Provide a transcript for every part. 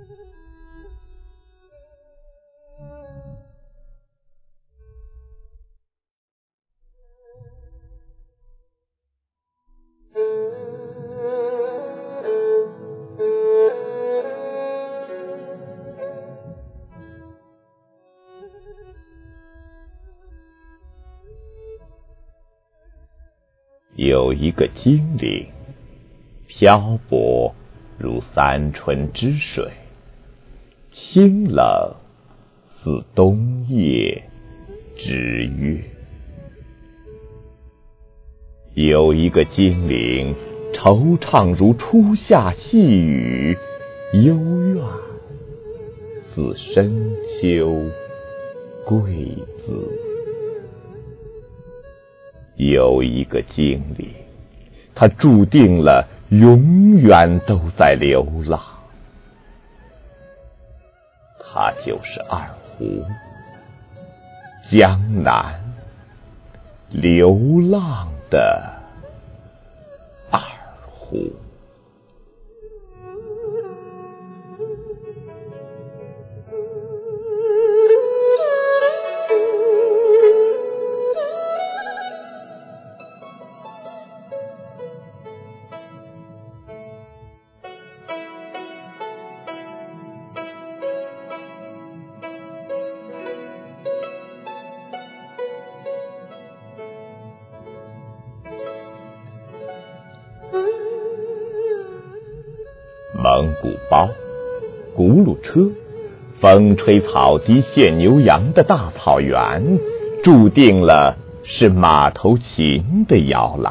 有一个精灵，漂泊如三春之水，清冷似冬夜之月。有一个精灵，惆怅如初夏细雨，幽怨似深秋桂子。有一个精灵，他注定了永远都在流浪，他就是二胡，江南流浪的二胡。蒙古包、轱辘车、风吹草低见牛羊的大草原，注定了是马头琴的摇篮。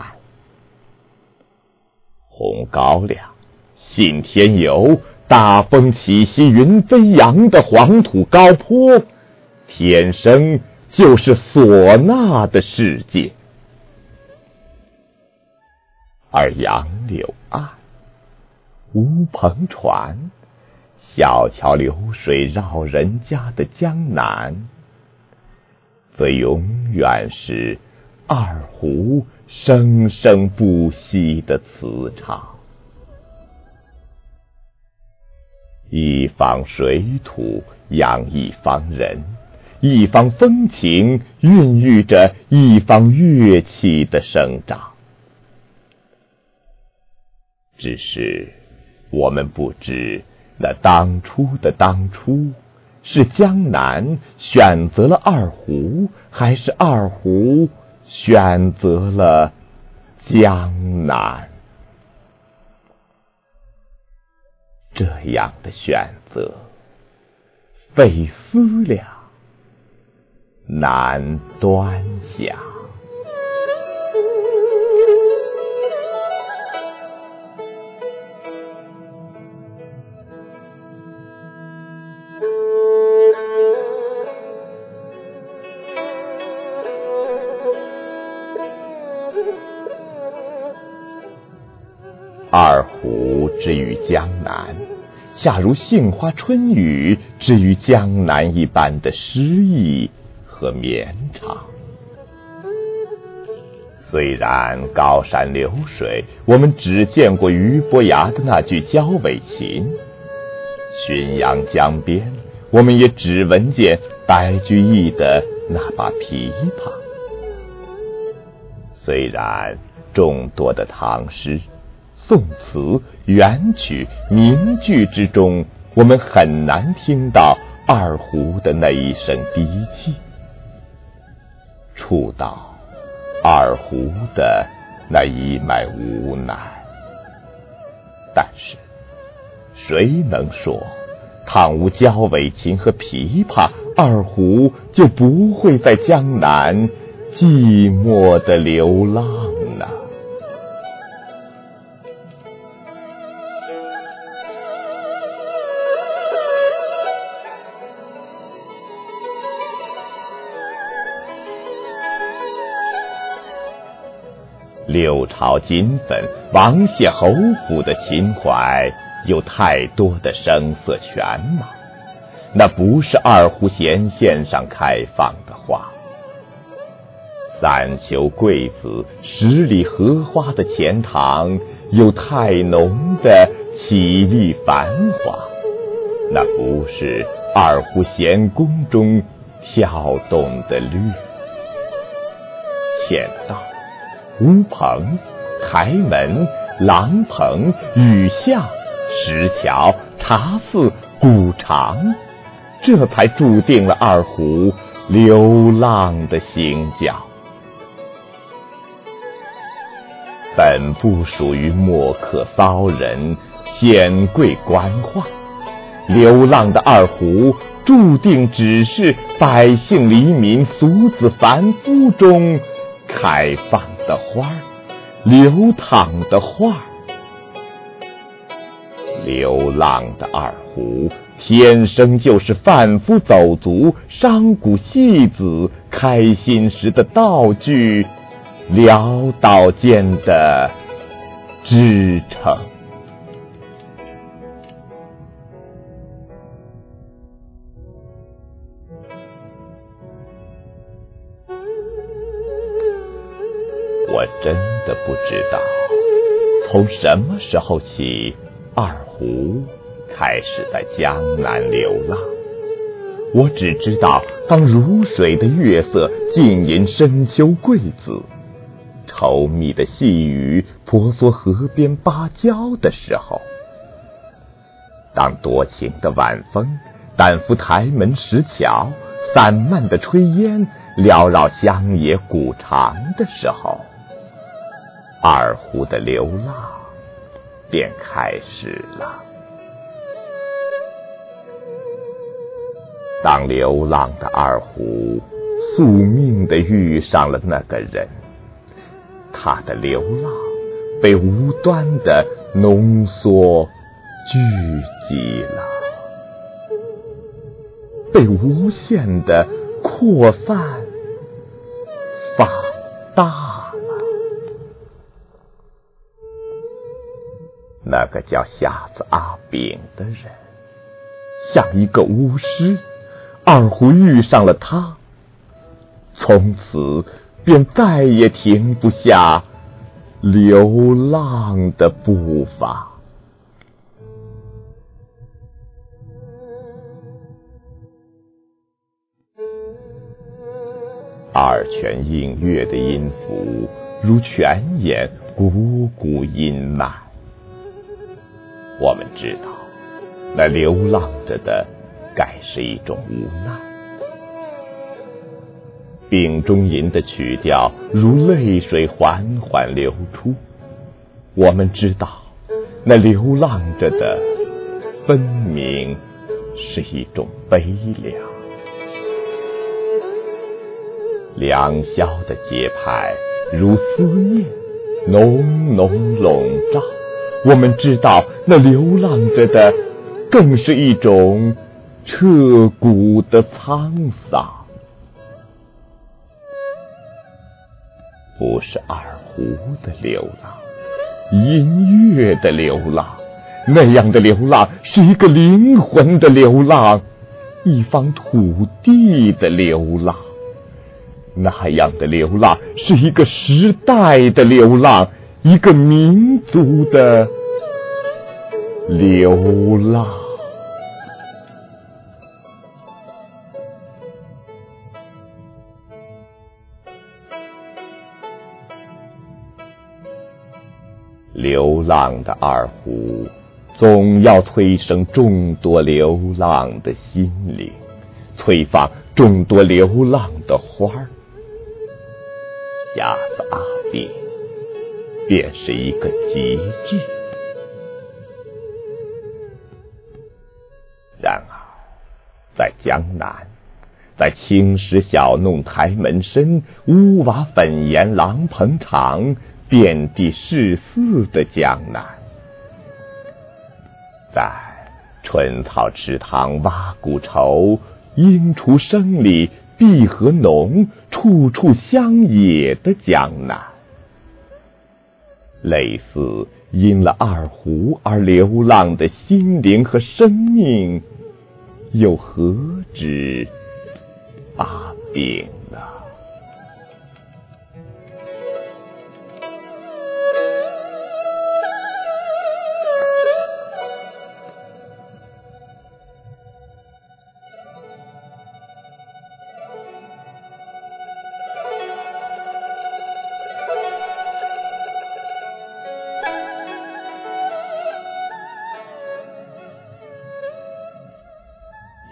红高粱、信天游，大风起兮云飞扬的黄土高坡，天生就是唢呐的世界。而杨柳岸、乌篷船、小桥流水绕人家的江南，则永远是二胡生生不息的磁场。一方水土养一方人，一方风情孕育着一方乐器的生长。只是我们不知，那当初的当初，是江南选择了二胡，还是二胡选择了江南？这样的选择，费思量，难端详。二胡之于江南，恰如杏花春雨之于江南一般的诗意和绵长。虽然高山流水，我们只见过俞伯牙的那句交尾琴；浔阳江边，我们也只闻见白居易的那把琵琶。虽然众多的唐诗、宋词、元曲、名句之中，我们很难听到二胡的那一声低泣，触到二胡的那一脉无奈。但是谁能说，倘无交尾琴和琵琶，二胡就不会在江南寂寞的流浪呢？六朝金粉、王谢侯府的情怀有太多的声色犬马，那不是二胡弦线上开放的花。三秋桂子、十里荷花的钱塘有太浓的绮丽繁华， 那不是二胡弦弓中跳动的律。签到、乌篷、开门、廊棚、雨下、石桥、茶肆、古场，这才注定了二胡流浪的行脚。本不属于墨客骚人、显贵官宦，流浪的二胡注定只是百姓黎民、俗子凡夫中开放的花，流淌的画。流浪的二胡天生就是贩夫走卒、商贾戏子开心时的道具，潦倒间的支撑。我真的不知道从什么时候起，二胡开始在江南流浪。我只知道，当如水的月色浸淫深秋桂子，稠密的细雨婆娑河边芭蕉的时候，当多情的晚风担负台门石桥，散漫的炊烟缭绕乡野古长的时候，二胡的流浪便开始了。当流浪的二胡宿命地遇上了那个人，他的流浪被无端地浓缩聚集了，被无限地扩散放大了。那个叫瞎子阿炳的人像一个巫师，二胡遇上了他，从此便再也停不下流浪的步伐。二泉映月的音符如泉眼汩汩阴漫，我们知道那流浪着的该是一种无奈。病中吟的曲调如泪水缓缓流出，我们知道那流浪着的分明是一种悲凉。良宵的节拍如思念浓浓笼罩，我们知道那流浪着的更是一种彻骨的沧桑。不是二胡的流浪，音乐的流浪，那样的流浪是一个灵魂的流浪，一方土地的流浪。那样的流浪是一个时代的流浪，一个民族的流浪。流浪的二胡总要催生众多流浪的心灵，催放众多流浪的花儿。瞎子阿炳便是一个极致。然而在江南，在青石小弄台门深、屋瓦粉檐廊棚长、遍地是寺的江南，在春草池塘挖谷愁、莺雏声里碧荷浓、处处乡野的江南，类似因了二胡而流浪的心灵和生命，又何止阿炳呢？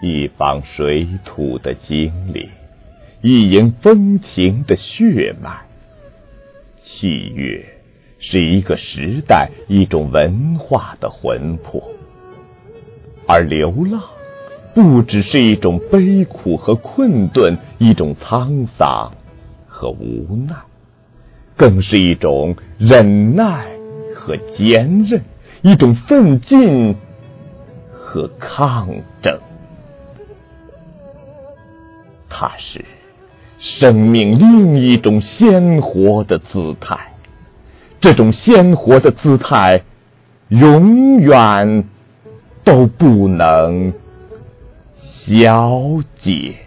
一方水土的精灵，一营风情的血脉。器乐是一个时代，一种文化的魂魄，而流浪不只是一种悲苦和困顿，一种沧桑和无奈，更是一种忍耐和坚韧，一种奋进和抗争。它是生命另一种鲜活的姿态，这种鲜活的姿态永远都不能消解。